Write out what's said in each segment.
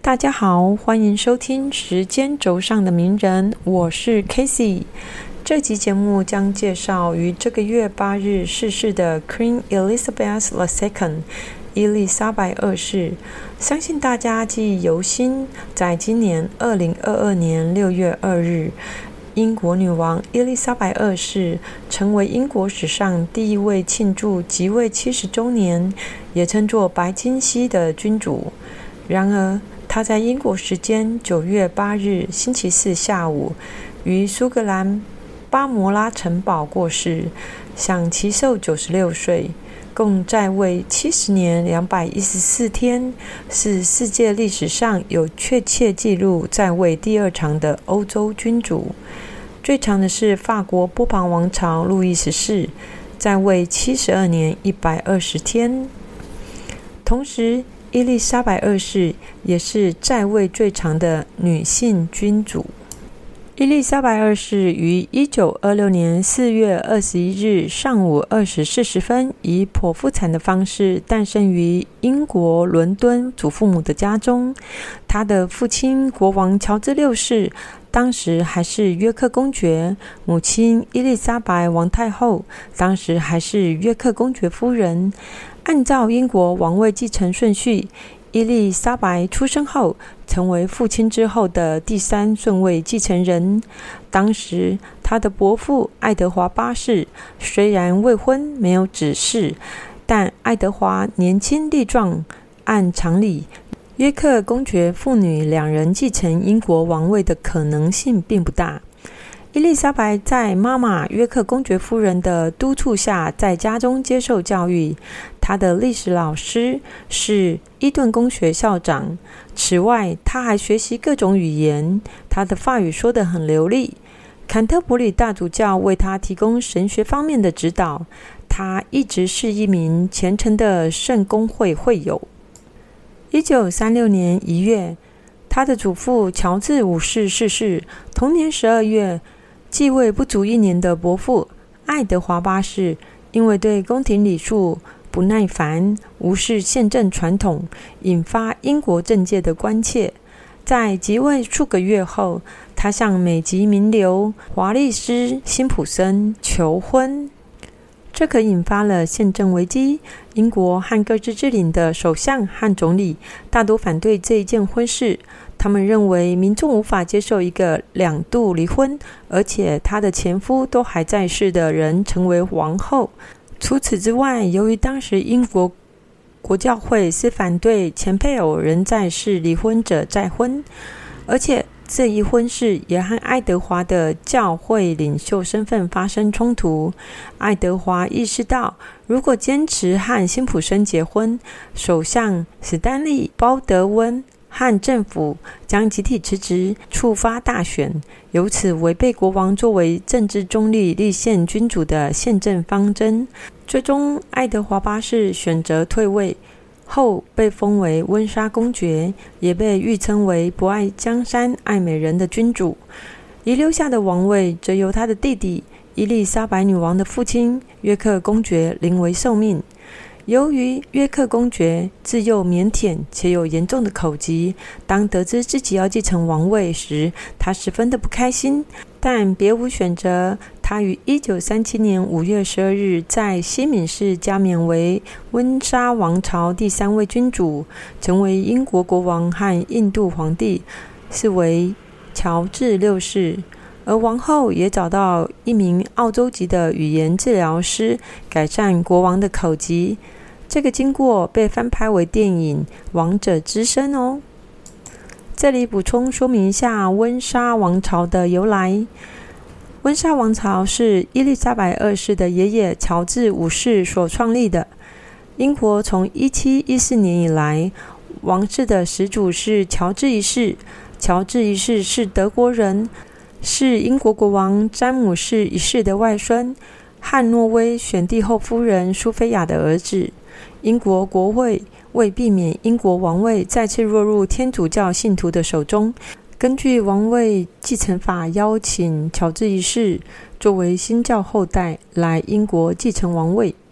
大家好，欢迎收听时间轴上的名人，我是 Casey。这集节目将介绍于这个月8日逝世的 Queen Elizabeth II 伊丽莎白二世。相信大家记忆犹新，在今年2022年6月2日，英国女王伊丽莎白二世成为英国史上第一位庆祝即位70周年，也称作白金禧的君主。然而，她在英国时间9月8日星期四下午于苏格兰巴摩拉城堡过世，享其寿96岁，共在位70年214天，是世界历史上有确切记录在位第二长的欧洲君主。最长的是法国波旁王朝路易14，在位72年120天。同时，伊丽莎白二世也是在位最长的女性君主。伊丽莎白二世于1926年4月21日上午2时40分以剖腹产的方式诞生于英国伦敦祖父母的家中。她的父亲国王乔治六世当时还是约克公爵，母亲伊丽莎白王太后当时还是约克公爵夫人。按照英国王位继承顺序，伊丽莎白出生后成为父亲之后的第3顺位继承人。当时他的伯父爱德华八世虽然未婚没有子嗣，但爱德华年轻力壮，按常理约克公爵父女两人继承英国王位的可能性并不大。伊丽莎白在妈妈约克公爵夫人的督促下在家中接受教育，她的历史老师是伊顿公学校长。此外，她还学习各种语言，她的法语说得很流利。坎特伯里大主教为她提供神学方面的指导，她一直是一名虔诚的圣公会会友。1936年1月，她的祖父乔治五世逝世，同年12月，继位不足1年的伯父爱德华八世因为对宫廷礼数不耐烦，无视宪政传统，引发英国政界的关切。在即位数个月后，他向美籍名流华丽斯·辛普森求婚，这可引发了宪政危机。英国和各自治领的首相和总理大多反对这一件婚事，他们认为民众无法接受一个2度离婚，而且他的前夫都还在世的人成为王后。除此之外，由于当时英国国教会是反对前配偶仍在世离婚者再婚，而且这一婚事也和爱德华的教会领袖身份发生冲突。爱德华意识到，如果坚持和辛普森结婚，首相史丹利·鲍德温和政府将集体辞职，触发大选，由此违背国王作为政治中立立宪君主的宪政方针。最终，爱德华八世选择退位，后被封为温莎公爵，也被誉称为不爱江山爱美人的君主。遗留下的王位则由他的弟弟伊丽莎白女王的父亲约克公爵临危受命。由于约克公爵自幼腼腆且有严重的口疾，当得知自己要继承王位时，他十分的不开心，但别无选择。他于1937年5月12日在西敏寺加冕为温莎王朝第3位君主，成为英国国王和印度皇帝，是为乔治六世。而王后也找到一名澳洲籍的语言治疗师，改善国王的口疾。这个经过被翻拍为电影《王者之声》哦。这里补充说明一下温莎王朝的由来。温莎王朝是伊丽莎白二世的爷爷乔治五世所创立的。英国从1714年以来，王室的始祖是乔治一世。乔治一世是德国人，是英国国王詹姆士一世的外孙，汉诺威选帝后夫人苏菲亚的儿子。英国国会为避免英国王位再次落入天主教信徒的手中，根据王位继承法邀请乔治一世作为新教后代来英国继承王位。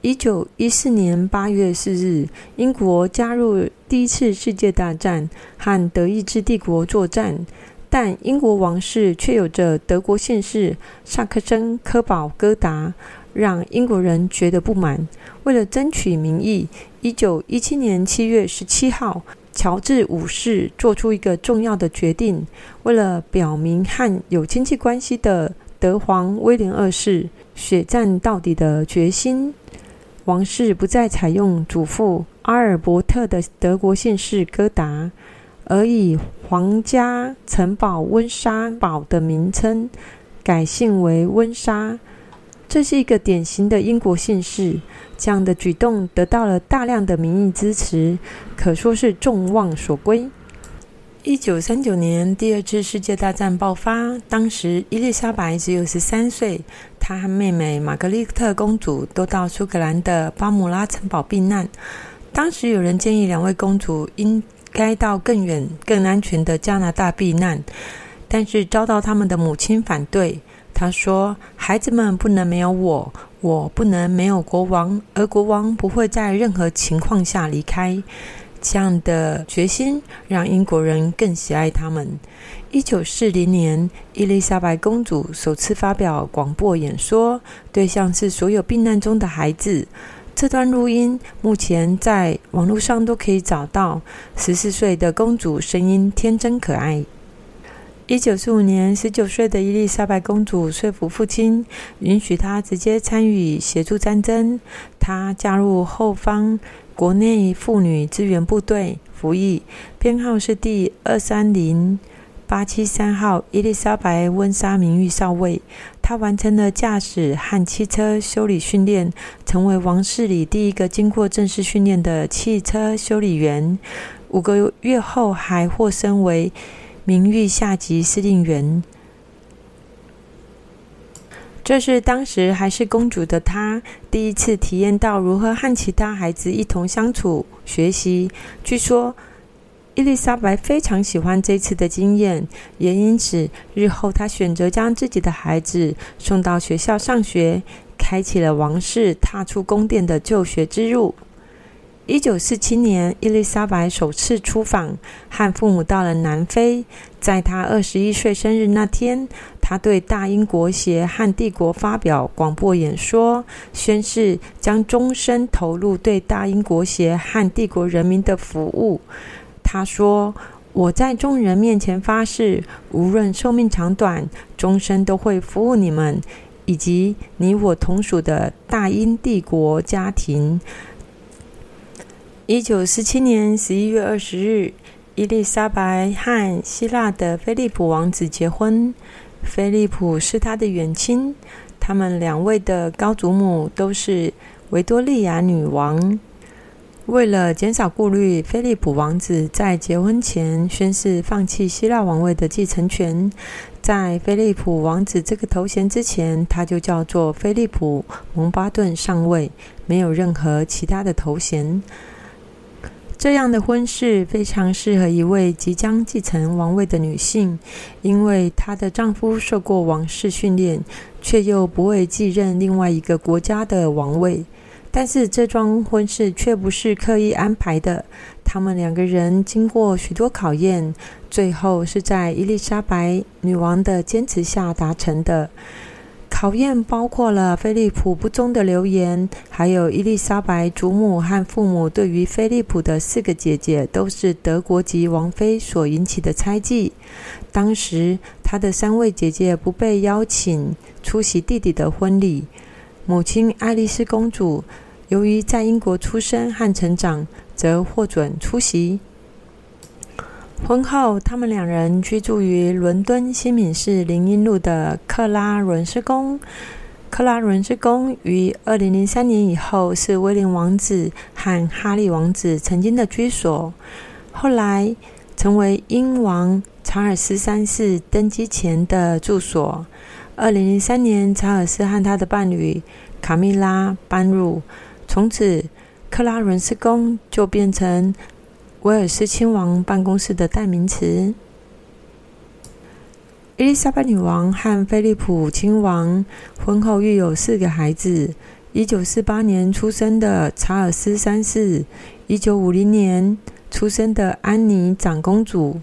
1914年8月4日，英国加入第一次世界大战，和德意志帝国作战，但英国王室却有着德国姓氏萨克森科堡哥达，让英国人觉得不满。为了争取民意，1917年7月17号，乔治五世做出一个重要的决定，为了表明和有亲戚关系的德皇威廉二世血战到底的决心，王室不再采用祖父阿尔伯特的德国姓氏哥达，而以皇家城堡温莎堡的名称改姓为温莎。这是一个典型的英国姓氏，这样的举动得到了大量的民意支持，可说是众望所归。1939年，第二次世界大战爆发，当时伊丽莎白只有13岁，她和妹妹玛格丽特公主都到苏格兰的巴姆拉城堡避难。当时有人建议两位公主应该到更远、更安全的加拿大避难，但是遭到他们的母亲反对。她说：“孩子们不能没有我，我不能没有国王，而国王不会在任何情况下离开。”这样的决心让英国人更喜爱他们。1940年，伊丽莎白公主首次发表广播演说，对象是所有避难中的孩子。这段录音目前在网络上都可以找到。14岁的公主声音天真可爱。1945年，19岁的伊丽莎白公主说服父亲，允许她直接参与协助战争。她加入后方国内妇女支援部队服役，编号是第230873号伊丽莎白温莎名誉少尉。她完成了驾驶和汽车修理训练，成为王室里第一个经过正式训练的汽车修理员。5个月后还获升为名誉下级司令员。这是当时还是公主的她第一次体验到如何和其他孩子一同相处、学习。据说伊丽莎白非常喜欢这次的经验，也因此日后她选择将自己的孩子送到学校上学，开启了王室踏出宫殿的就学之路。1947年，伊丽莎白首次出访，和父母到了南非。在她21岁生日那天，她对大英国协和帝国发表广播演说，宣誓将终身投入对大英国协和帝国人民的服务。她说：“我在众人面前发誓，无论寿命长短，终身都会服务你们，以及你我同属的大英帝国家庭。”1947年11月20日，伊丽莎白和希腊的菲利普王子结婚。菲利普是她的远亲，他们两位的高祖母都是维多利亚女王。为了减少顾虑，菲利普王子在结婚前宣誓放弃希腊王位的继承权。在菲利普王子这个头衔之前，他就叫做菲利普蒙巴顿上尉，没有任何其他的头衔。这样的婚事非常适合一位即将继承王位的女性，因为她的丈夫受过王室训练，却又不会继任另外一个国家的王位。但是这桩婚事却不是刻意安排的，他们两个人经过许多考验，最后是在伊丽莎白女王的坚持下达成的。考验包括了菲利普不忠的流言，还有伊丽莎白祖母和父母对于菲利普的4个姐姐都是德国籍王妃所引起的猜忌。当时他的3位姐姐不被邀请出席弟弟的婚礼，母亲爱丽丝公主由于在英国出生和成长，则获准出席。婚后，他们两人居住于伦敦新敏市林荫路的克拉伦斯宫。克拉伦斯宫于2003年以后是威廉王子和哈利王子曾经的居所，后来成为英王查尔斯3世登基前的住所。2003年，查尔斯和他的伴侣卡米拉搬入，从此克拉伦斯宫就变成威尔斯亲王办公室的代名词。伊丽莎白女王和菲利普亲王婚后育有4个孩子 1948年出生的查尔斯三世，1950年出生的安妮长公主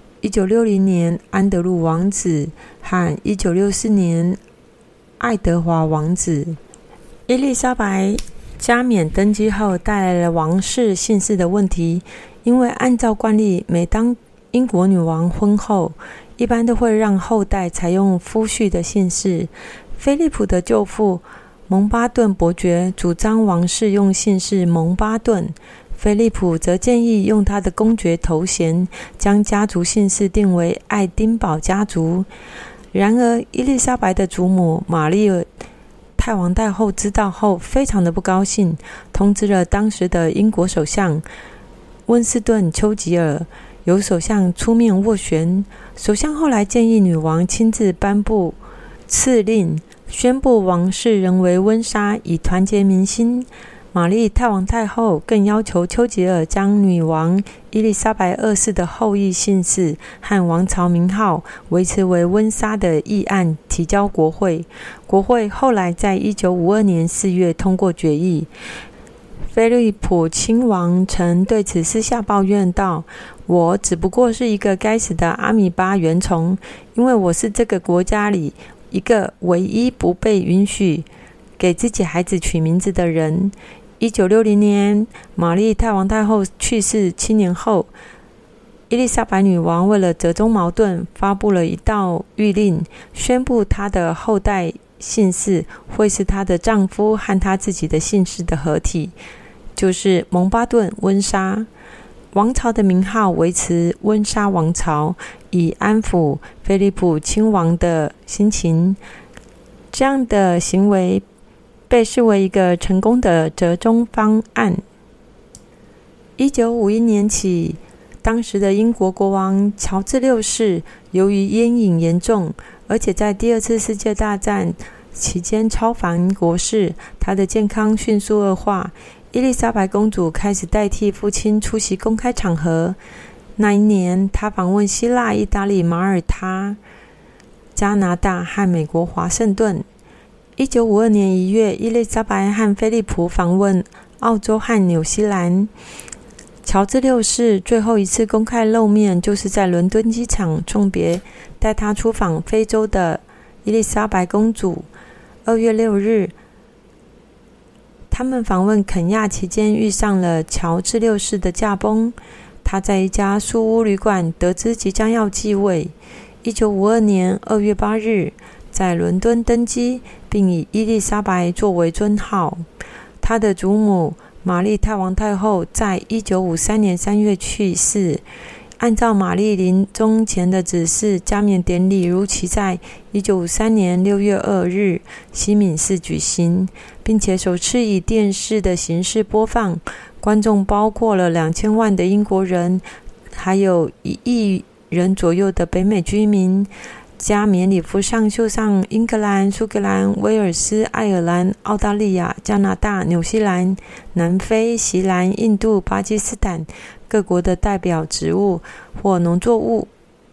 ，1960年安德鲁王子和1964年爱德华王子。伊丽莎白加冕登基后带来了王室姓氏的问题，因为按照惯例，每当英国女王婚后，一般都会让后代采用夫婿的姓氏。菲利普的舅父蒙巴顿伯爵主张王室用姓氏蒙巴顿，菲利普则建议用他的公爵头衔将家族姓氏定为爱丁堡家族。然而伊丽莎白的祖母玛丽太王太后知道后非常的不高兴，通知了当时的英国首相温斯顿·丘吉尔，由首相出面斡旋。首相后来建议女王亲自颁布敕令，宣布王室仍为温莎，以团结民心。玛丽太王太后更要求丘吉尔将女王伊丽莎白二世的后裔姓氏和王朝名号维持为温莎的议案提交国会。国会后来在1952年4月通过决议。菲利普亲王曾对此私下抱怨道：“我只不过是一个该死的阿米巴原虫，因为我是这个国家里一个唯一不被允许给自己孩子取名字的人。”1960年，玛丽太王太后去世7年后，伊丽莎白女王为了折中矛盾，发布了一道谕令，宣布她的后代姓氏会是她的丈夫和她自己的姓氏的合体，就是蒙巴顿温莎。王朝的名号维持温莎王朝，以安抚菲利普亲王的心情。这样的行为被视为一个成功的折中方案。1951年起，当时的英国国王乔治六世由于烟瘾严重，而且在第二次世界大战期间超凡国事，他的健康迅速恶化。伊丽莎白公主开始代替父亲出席公开场合。那一年，她访问希腊、意大利、马耳他、加拿大和美国华盛顿。1952年1月，伊丽莎白和菲利普访问澳洲和纽西兰。乔治六世最后一次公开露面，就是在伦敦机场送别带他出访非洲的伊丽莎白公主。2月6日，他们访问肯亚期间遇上了乔治六世的驾崩。他在一家树屋旅馆得知即将要继位。1952年2月8日，在伦敦登基，并以伊丽莎白作为尊号。他的祖母玛丽太王太后在1953年3月去世。按照玛丽临终前的指示，加冕典礼如期在1953年6月2日西敏寺举行，并且首次以电视的形式播放。观众包括了2000万的英国人，还有1亿人左右的北美居民。加冕礼服上绣上英格兰、苏格兰、威尔斯、爱尔兰、澳大利亚、加拿大、纽西兰、南非、锡兰、印度、巴基斯坦各国的代表植物或农作物。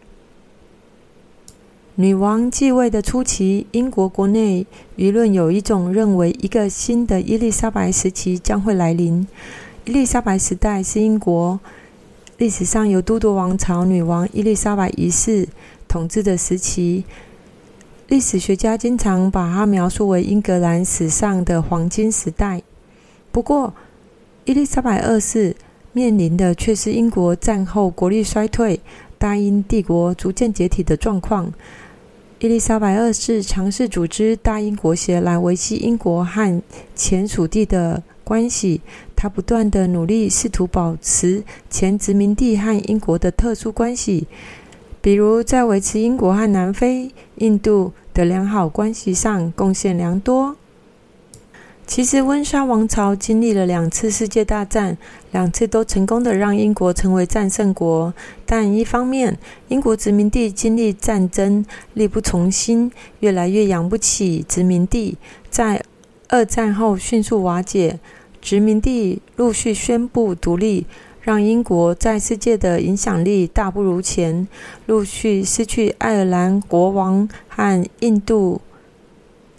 女王继位的初期，英国国内舆论有一种认为一个新的伊丽莎白时期将会来临。伊丽莎白时代是英国历史上由都铎王朝女王伊丽莎白一世统治的时期。历史学家经常把它描述为英格兰史上的黄金时代。不过，伊丽莎白二世面临的却是英国战后国力衰退、大英帝国逐渐解体的状况。伊丽莎白二世尝试组织大英国协来维系英国和前属地的关系。他不断地努力试图保持前殖民地和英国的特殊关系，比如在维持英国和南非、印度的良好关系上贡献良多。其实温莎王朝经历了2次世界大战，2次都成功的让英国成为战胜国。但一方面，英国殖民地经历战争，力不从心，越来越养不起殖民地。在2战后迅速瓦解，殖民地陆续宣布独立，让英国在世界的影响力大不如前，陆续失去爱尔兰国王和印度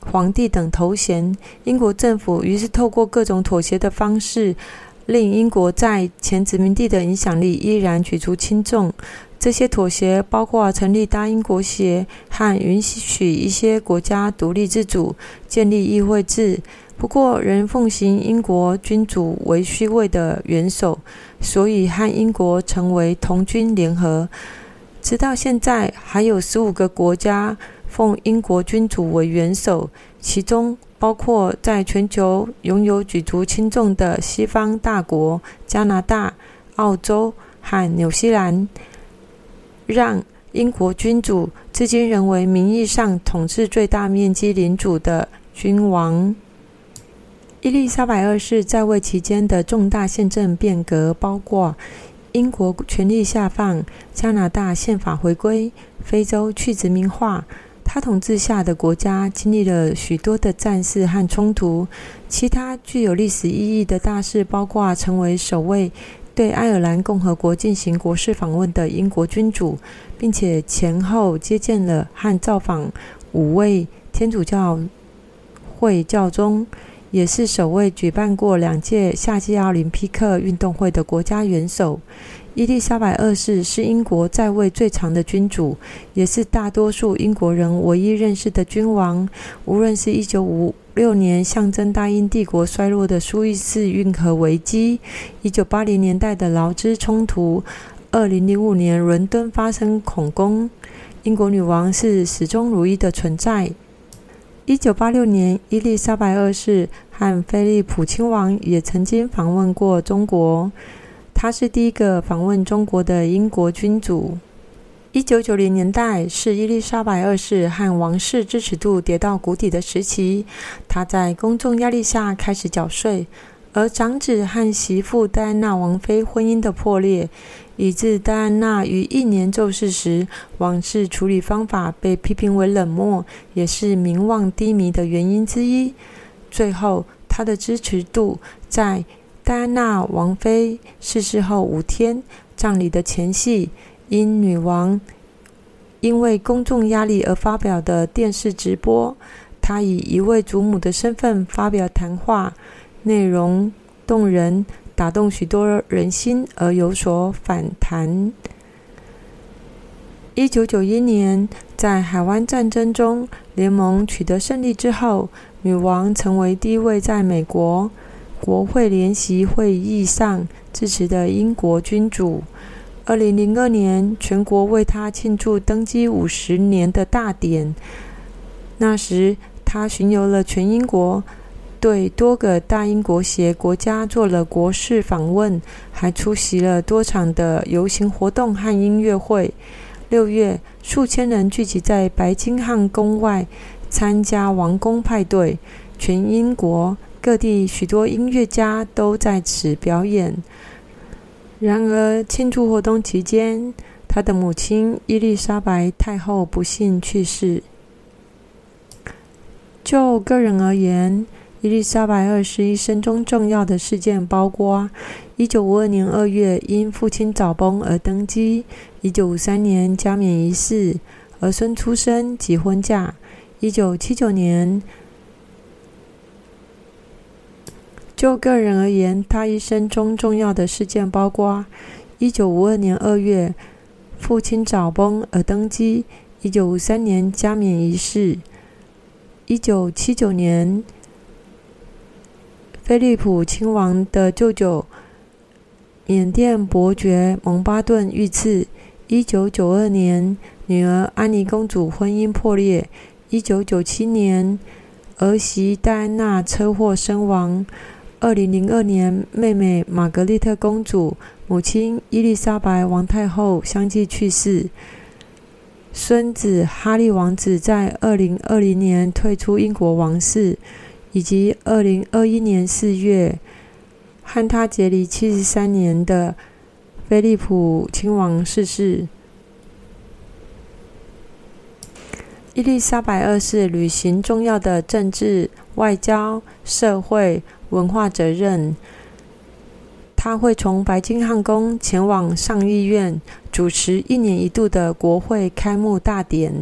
皇帝等头衔。英国政府于是透过各种妥协的方式，令英国在前殖民地的影响力依然举足轻重。这些妥协包括成立大英国协和允许一些国家独立自主、建立议会制，不过仍奉行英国君主为虚位的元首，所以和英国成为同君联合。直到现在，还有15个国家奉英国君主为元首，其中包括在全球拥有举足轻重的西方大国加拿大、澳洲和纽西兰，让英国君主至今仍为名义上统治最大面积领主的君王。伊丽莎白二世在位期间的重大宪政变革包括英国权力下放、加拿大宪法回归、非洲去殖民化。他统治下的国家经历了许多的战事和冲突。其他具有历史意义的大事包括成为首位对爱尔兰共和国进行国事访问的英国君主，并且前后接见了和造访5位天主教会教宗，也是首位举办过2届夏季奥林匹克运动会的国家元首。伊丽莎白二世是英国在位最长的君主，也是大多数英国人唯一认识的君王。无论是1956年象征大英帝国衰落的苏伊士运河危机、1980年代的劳资冲突、2005年伦敦发生恐攻，英国女王是始终如一的存在。1986年，伊丽莎白二世和菲利普亲王也曾经访问过中国。他是第一个访问中国的英国君主。1990年代是伊丽莎白二世和王室支持度跌到谷底的时期，他在公众压力下开始缴税，而长子和媳妇戴安娜王妃婚姻的破裂，以致戴安娜于1年就世时，王室处理方法被批评为冷漠，也是名望低迷的原因之一。最后，他的支持度在戴安娜王妃逝世后5天，葬礼的前夕，因女王因为公众压力而发表的电视直播，她以一位祖母的身份发表谈话，内容动人，打动许多人心而有所反弹。1991年，在海湾战争中，联盟取得胜利之后，女王成为第一位在美国国会联席会议上致辞的英国君主。2002年，全国为他庆祝登基50年的大典。那时，他巡游了全英国，对多个大英国协国家做了国事访问，还出席了多场的游行活动和音乐会。6月，数千人聚集在白金汉宫外参加王宫派对，全英国各地许多音乐家都在此表演。然而，庆祝活动期间，他的母亲伊丽莎白太后不幸去世。就个人而言，伊丽莎白二世一生中重要的事件包括1952年2月因父亲早崩而登基，1953年加冕仪式、儿孙出生及婚嫁。1979年，就个人而言，他一生中重要的事件包括1952年2月父亲早崩而登基，1953年加冕仪式，1979年菲利普亲王的舅舅缅甸伯爵蒙巴顿遇刺，1992年女儿安妮公主婚姻破裂，1997年儿媳戴安娜车祸身亡，2002年妹妹玛格丽特公主、母亲伊丽莎白王太后相继去世，孙子哈利王子在2020年退出英国王室，以及2021年4月和他结离73年的菲利普亲王逝世。伊丽莎白二世履行重要的政治、外交、社会、文化责任。他会从白金汉宫前往上议院，主持1年1度的国会开幕大典。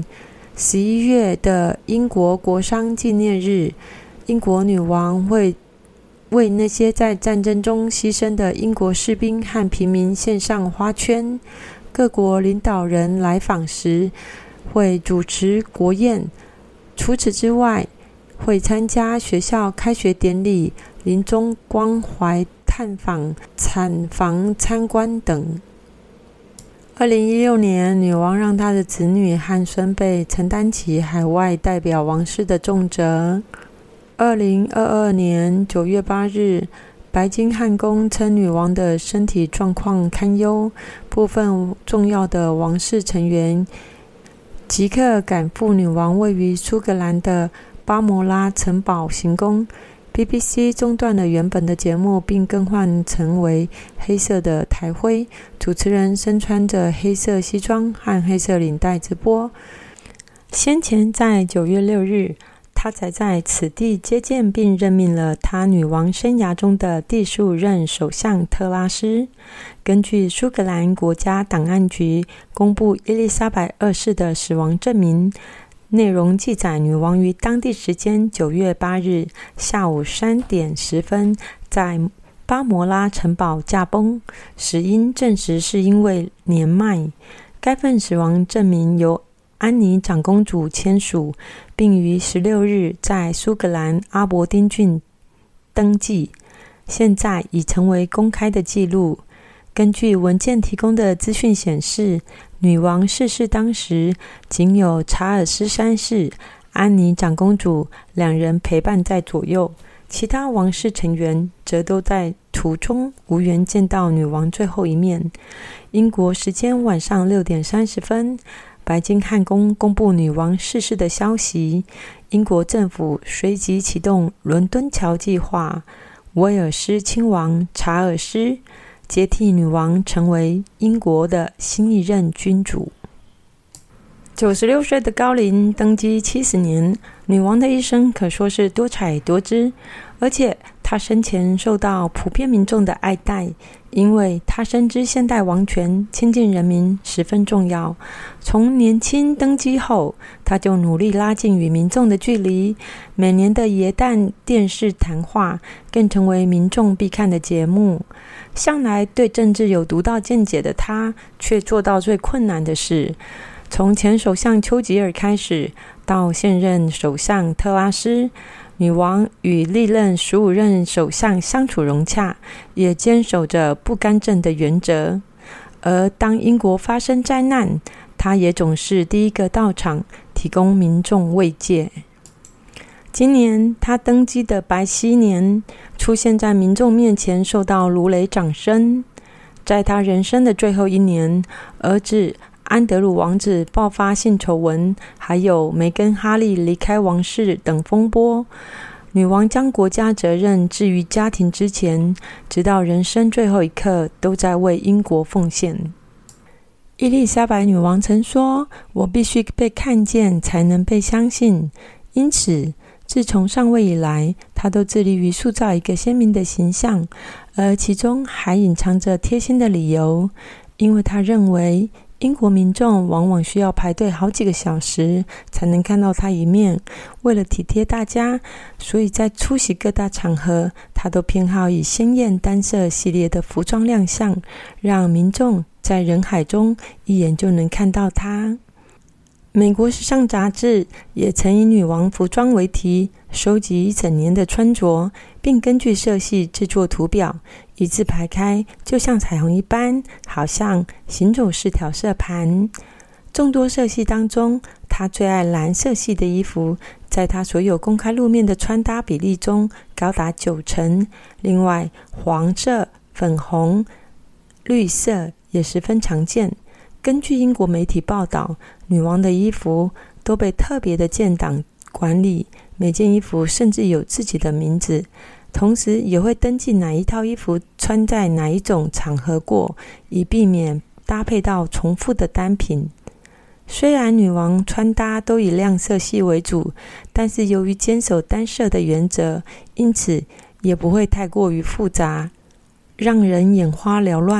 11月的英国国殇纪念日，英国女王会为那些在战争中牺牲的英国士兵和平民献上花圈。各国领导人来访时会主持国宴，除此之外会参加学校开学典礼、临终关怀探访、产房参观等。2016年，女王让她的子女和孙辈承担起海外代表王室的重责。2022年9月8日，白金汉宫称女王的身体状况堪忧，部分重要的王室成员即刻赶赴女王位于苏格兰的巴摩拉城堡行宫。BBC 中断了原本的节目，并更换成为黑色的台徽，主持人身穿着黑色西装和黑色领带直播。先前在9月6日，他才在此地接见并任命了他女王生涯中的第15任首相特拉斯。根据苏格兰国家档案局公布伊丽莎白二世的死亡证明，内容记载女王于当地时间9月8日下午3点10分在巴摩拉城堡驾崩，死因证实是因为年迈。该份死亡证明由安妮长公主签署，并于16日在苏格兰阿伯丁郡登记，现在已成为公开的记录。根据文件提供的资讯显示，女王逝世当时仅有查尔斯3世、安妮长公主2人陪伴在左右，其他王室成员则都在途中无缘见到女王最后一面。英国时间晚上6点30分，白金汉宫公布女王逝世的消息。英国政府随即启动伦敦桥计划，威尔斯亲王查尔斯接替女王成为英国的新一任君主。96岁的高龄，登基70年，女王的一生可说是多彩多姿，而且她生前受到普遍民众的爱戴，因为她深知现代王权亲近人民十分重要。从年轻登基后，她就努力拉近与民众的距离，每年的耶诞电视谈话更成为民众必看的节目。向来对政治有独到见解的她，却做到最困难的事。从前首相丘吉尔开始，到现任首相特拉斯，女王与历任15任首相相处融洽，也坚守着不干政的原则。而当英国发生灾难，她也总是第一个到场，提供民众慰藉。今年她登基的白皙年出现在民众面前，受到如雷掌声。在她人生的最后一年，儿子安德鲁王子爆发性丑闻，还有梅根哈利离开王室等风波，女王将国家责任置于家庭之前，直到人生最后一刻都在为英国奉献。伊丽莎白女王曾说，我必须被看见才能被相信，因此自从上位以来，她都致力于塑造一个鲜明的形象，而其中还隐藏着贴心的理由，因为她认为英国民众往往需要排队好几个小时才能看到他一面，为了体贴大家，所以在出席各大场合，他都偏好以鲜艳单色系列的服装亮相，让民众在人海中一眼就能看到他。美国时尚杂志也曾以女王服装为题，收集一整年的穿着，并根据色系制作图表，一字排开，就像彩虹一般，好像行走式调色盘。众多色系当中，她最爱蓝色系的衣服，在她所有公开露面的穿搭比例中高达90%。另外，黄色、粉红、绿色也十分常见。根据英国媒体报道，女王的衣服都被特别的建档管理，每件衣服甚至有自己的名字，同时也会登记哪一套衣服穿在哪一种场合过，以避免搭配到重复的单品。虽然女王穿搭都以亮色系为主，但是由于坚守单色的原则，因此也不会太过于复杂，让人眼花缭乱。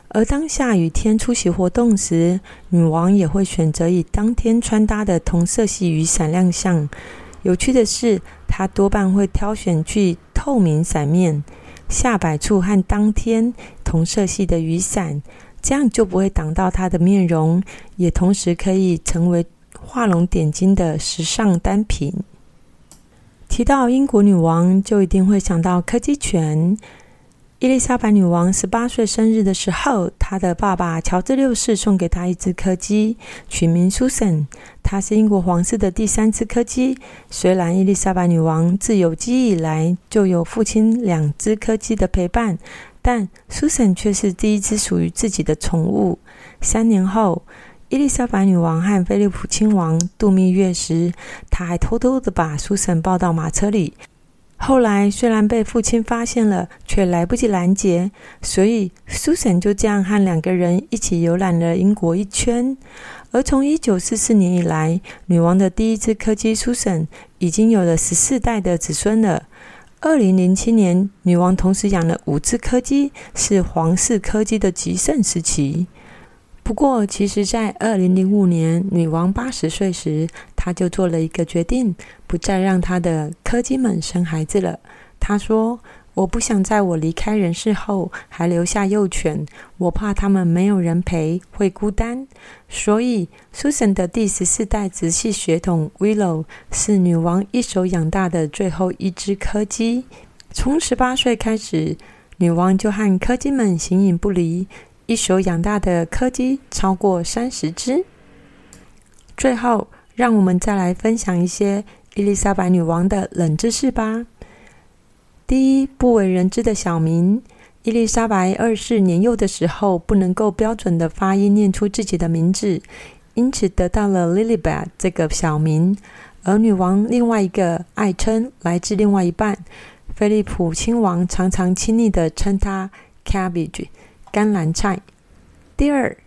而当下雨天出席活动时，女王也会选择以当天穿搭的同色系雨伞亮相。有趣的是，她多半会挑选具透明伞面、下摆处和当天同色系的雨伞，这样就不会挡到她的面容，也同时可以成为画龙点睛的时尚单品。提到英国女王，就一定会想到柯基犬。伊丽莎白女王18岁生日的时候，她的爸爸乔治6世送给她一只柯基，取名 Susan。她是英国皇室的第3只柯基。虽然伊丽莎白女王自有记忆以来就有父亲2只柯基的陪伴，但 Susan 却是第一只属于自己的宠物。3年后，伊丽莎白女王和菲利普亲王度蜜月时，她还偷偷地把 Susan 抱到马车里。后来虽然被父亲发现了，却来不及拦截，所以 Susan 就这样和2个人一起游览了英国一圈。而从1944年以来，女王的第一只柯基 Susan 已经有了14代的子孙了。2007年，女王同时养了5只柯基，是皇室柯基的极盛时期。不过其实在2005年女王80岁时，她就做了一个决定，不再让她的柯基们生孩子了。她说，我不想在我离开人世后还留下幼犬，我怕他们没有人陪，会孤单。所以 Susan 的第14代直系血统 Willow 是女王一手养大的最后一只柯基。从18岁开始，女王就和柯基们形影不离，一手养大的柯基超过30只。最后，让我们再来分享一些伊丽莎白女王的冷知识吧。第一，不为人知的小名。伊丽莎白2世年幼的时候不能够标准的发音念出自己的名字，因此得到了 Lilibet 这个小名。而女王另外一个爱称来自另外一半，菲利普亲王常常亲昵地称她 Cabbage 甘蓝菜。第二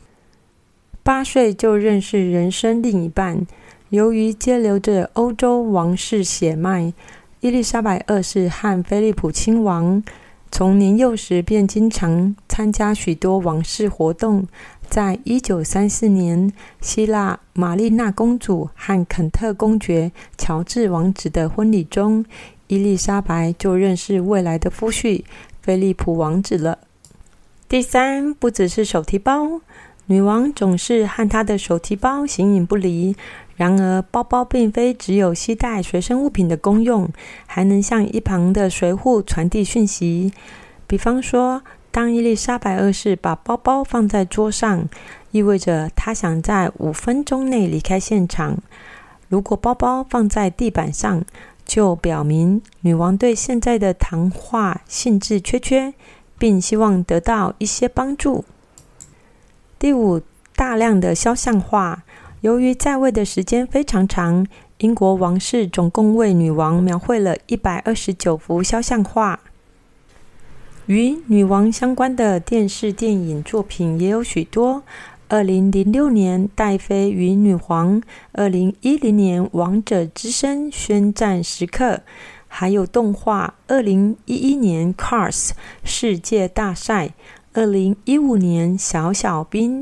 ，8岁就认识人生另一半。由于接流着欧洲王室血脉，伊丽莎白2世和菲利普亲王从年幼时便经常参加许多王室活动。在1934年，希腊玛丽娜公主和肯特公爵乔治王子的婚礼中，伊丽莎白就认识未来的夫婿菲利普王子了。第三，不只是手提包，女王总是和她的手提包形影不离。然而，包包并非只有携带随身物品的功用，还能向一旁的随扈传递讯息。比方说，当伊丽莎白2世把包包放在桌上，意味着她想在5分钟内离开现场。如果包包放在地板上，就表明女王对现在的谈话兴致缺缺，并希望得到一些帮助。第五，大量的肖像画。由于在位的时间非常长，英国王室总共为女王描绘了129幅肖像画。与女王相关的电视电影作品也有许多。2006年戴妃与女皇，2010年王者之声宣战时刻，还有动画2011年 Cars 世界大赛，2015年小小兵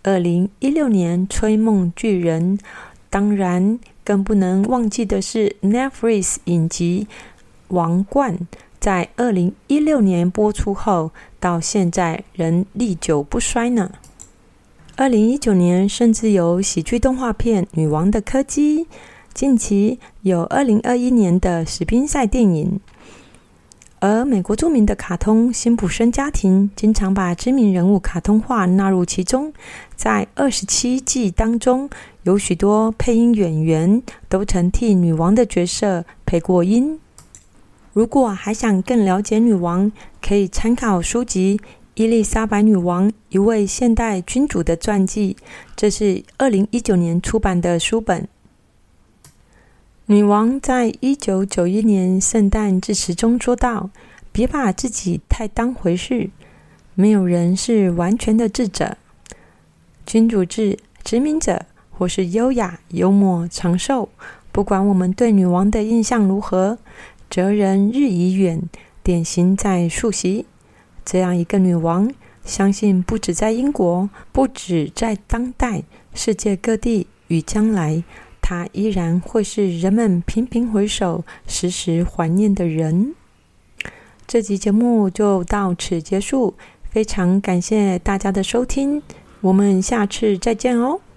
，2016年吹梦巨人。当然更不能忘记的是 Netflix 影集王冠，在2016年播出后，到现在仍历久不衰呢。2019年甚至有喜剧动画片《女王的柯基》，近期有2021年的史宾赛电影。而美国著名的卡通辛普森家庭经常把知名人物卡通化纳入其中，在27季当中，有许多配音演员都曾替女王的角色配过音。如果还想更了解女王，可以参考书籍《伊丽莎白女王：一位现代君主的传记》，这是2019年出版的书本。女王在1991年圣诞致辞中说道：“别把自己太当回事，没有人是完全的智者。君主制、殖民者，或是优雅、幽默、长寿，不管我们对女王的印象如何，哲人日已远，典型在溯习。这样一个女王， 相信不止在英国，不止在当代，世界各地与将来，他依然会是人们频频回首、时时怀念的人。这集节目就到此结束，非常感谢大家的收听，我们下次再见哦。